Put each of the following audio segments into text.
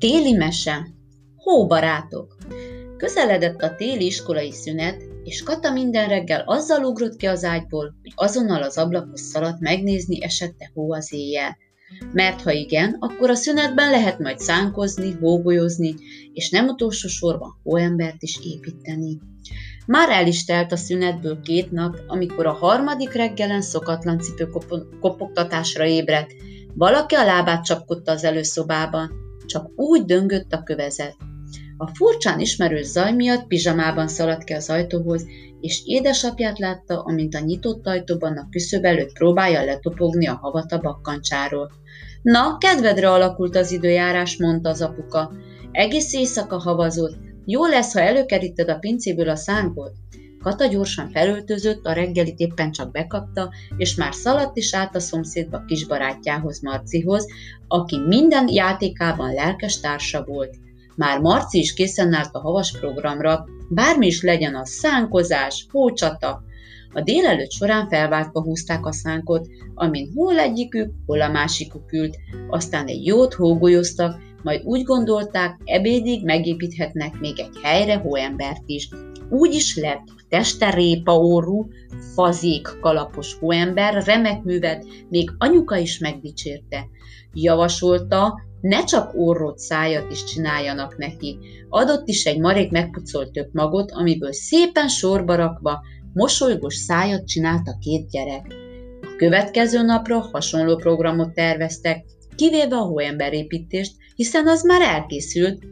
Téli mese. Hóbarátok. Közeledett a téli iskolai szünet, és Kata minden reggel azzal ugrott ki az ágyból, hogy azonnal az ablakhoz szaladt megnézni, esette hó az éjjel. Mert ha igen, akkor a szünetben lehet majd szánkozni, hóbolyozni, és nem utolsó sorban hóembert is építeni. Már el is telt a szünetből 2 nap, amikor a 3. reggelen szokatlan cipőkopogtatásra ébredt. Valaki a lábát csapkodta az előszobában, csak úgy döngött a kövezet. A furcsán ismerős zaj miatt pizsamában szaladt ki az ajtóhoz, és édesapját látta, amint a nyitott ajtóban a küszöb előtt próbálja letopogni a havat a bakkancsáról. Na, kedvedre alakult az időjárás, mondta az apuka. Egész éjszaka havazott. Jó lesz, ha előkeríted a pincéből a szánkot. Kata gyorsan felöltözött, a reggelit éppen csak bekapta, és már szaladt is át a szomszédba kisbarátjához, Marcihoz, aki minden játékában lelkes társa volt. Már Marci is készen állt a havas programra, bármi is legyen az, szánkozás, hócsata. A délelőtt során felváltva húzták a szánkot, amin hol egyikük, hol a másikuk ült, aztán egy jót hógolyoztak, majd úgy gondolták, ebédig megépíthetnek még egy helyre hóembert is. Úgy is lett a teste répaorrú, fazék kalapos hóember, remek művet, még anyuka is megdicsérte. Javasolta, ne csak orrot, szájat is csináljanak neki. Adott is egy marék megpucolt tökmagot, amiből szépen sorba rakva mosolygós szájat csinált a 2 gyerek. A következő napra hasonló programot terveztek, kivéve a hóemberépítést, hiszen az már elkészült.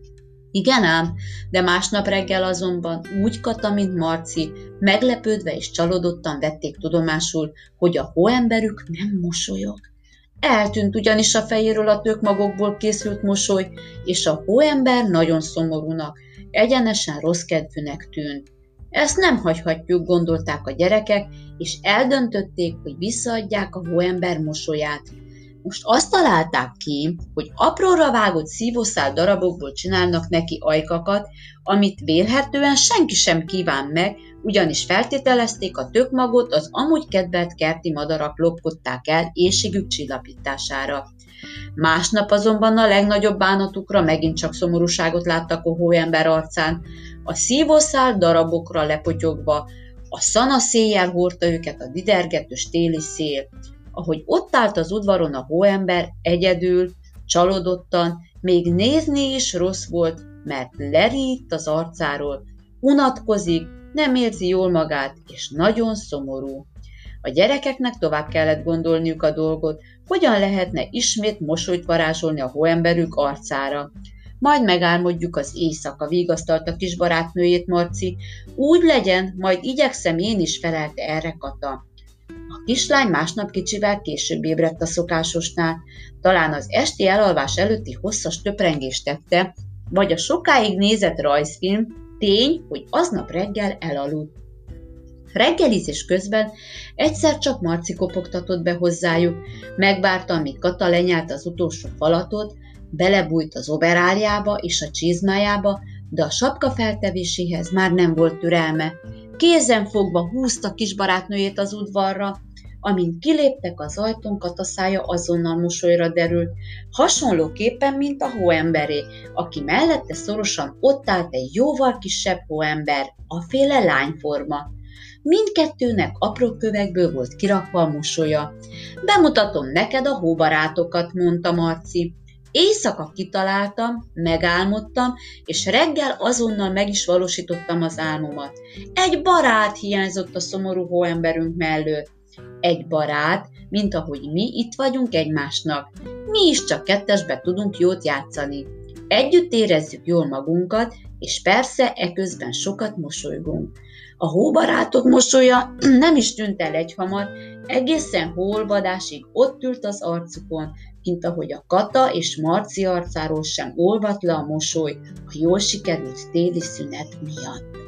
Igen ám, de másnap reggel azonban úgy Kata, mint Marci, meglepődve és csalódottan vették tudomásul, hogy a hóemberük nem mosolyog. Eltűnt ugyanis a fejéről a tökmagokból készült mosoly, és a hóember nagyon szomorúnak, egyenesen rosszkedvűnek tűnt. Ezt nem hagyhatjuk, gondolták a gyerekek, és eldöntötték, hogy visszaadják a hóember mosolyát. Most azt találták ki, hogy apróra vágott szívószál darabokból csinálnak neki ajkakat, amit vélhetően senki sem kíván meg, ugyanis feltételezték, a tökmagot az amúgy kedvelt kerti madarak lopkodták el éhségük csillapítására. Másnap azonban a legnagyobb bánatukra megint csak szomorúságot láttak a hóember arcán. A szívószál darabokra lepotyogva, a szana széjjel hordta őket a didergetős téli szél. Ahogy ott állt az udvaron a hóember, egyedül, csalódottan, még nézni is rossz volt, mert lerídt az arcáról, unatkozik, nem érzi jól magát, és nagyon szomorú. A gyerekeknek tovább kellett gondolniuk a dolgot, hogyan lehetne ismét mosolyt varázsolni a hóemberük arcára. Majd megálmodjuk az éjszaka, vigasztalta kis barátnőjét Marci. Úgy legyen, majd igyekszem én is, felelte erre Kata. A kislány másnap kicsivel később ébredt a szokásosnál, talán az esti elalvás előtti hosszas töprengést tette, vagy a sokáig nézett rajzfilm, tény, hogy aznap reggel elaludt. Reggelizés közben egyszer csak Marci kopogtatott be hozzájuk, megvárta, amíg Kata lenyelt az utolsó falatot, belebújt az overáljába és a csizmájába, de a sapka feltevéséhez már nem volt türelme. Kézen fogva húzta kisbarátnőjét az udvarra, amint kiléptek az ajtón, Kata szája azonnal mosolyra derült, hasonlóképpen, mint a hóemberé, aki mellette szorosan ott állt egy jóval kisebb hóember, aféle lányforma. Mindkettőnek apró kövekből volt kirakva a mosolya. Bemutatom neked a hóbarátokat, mondta Marci. Éjszaka kitaláltam, megálmodtam, és reggel azonnal meg is valósítottam az álmomat. Egy barát hiányzott a szomorú hóemberünk mellől. Egy barát, mint ahogy mi itt vagyunk egymásnak. Mi is csak kettesbe tudunk jót játszani. Együtt érezzük jól magunkat, és persze eközben sokat mosolygunk. A hóbarátok mosolya nem is tűnt el egyhamar, egészen hóolvadásig ott ült az arcukon, mint ahogy a Kata és Marci arcáról sem olvadt le a mosoly a jól sikerült téli szünet miatt.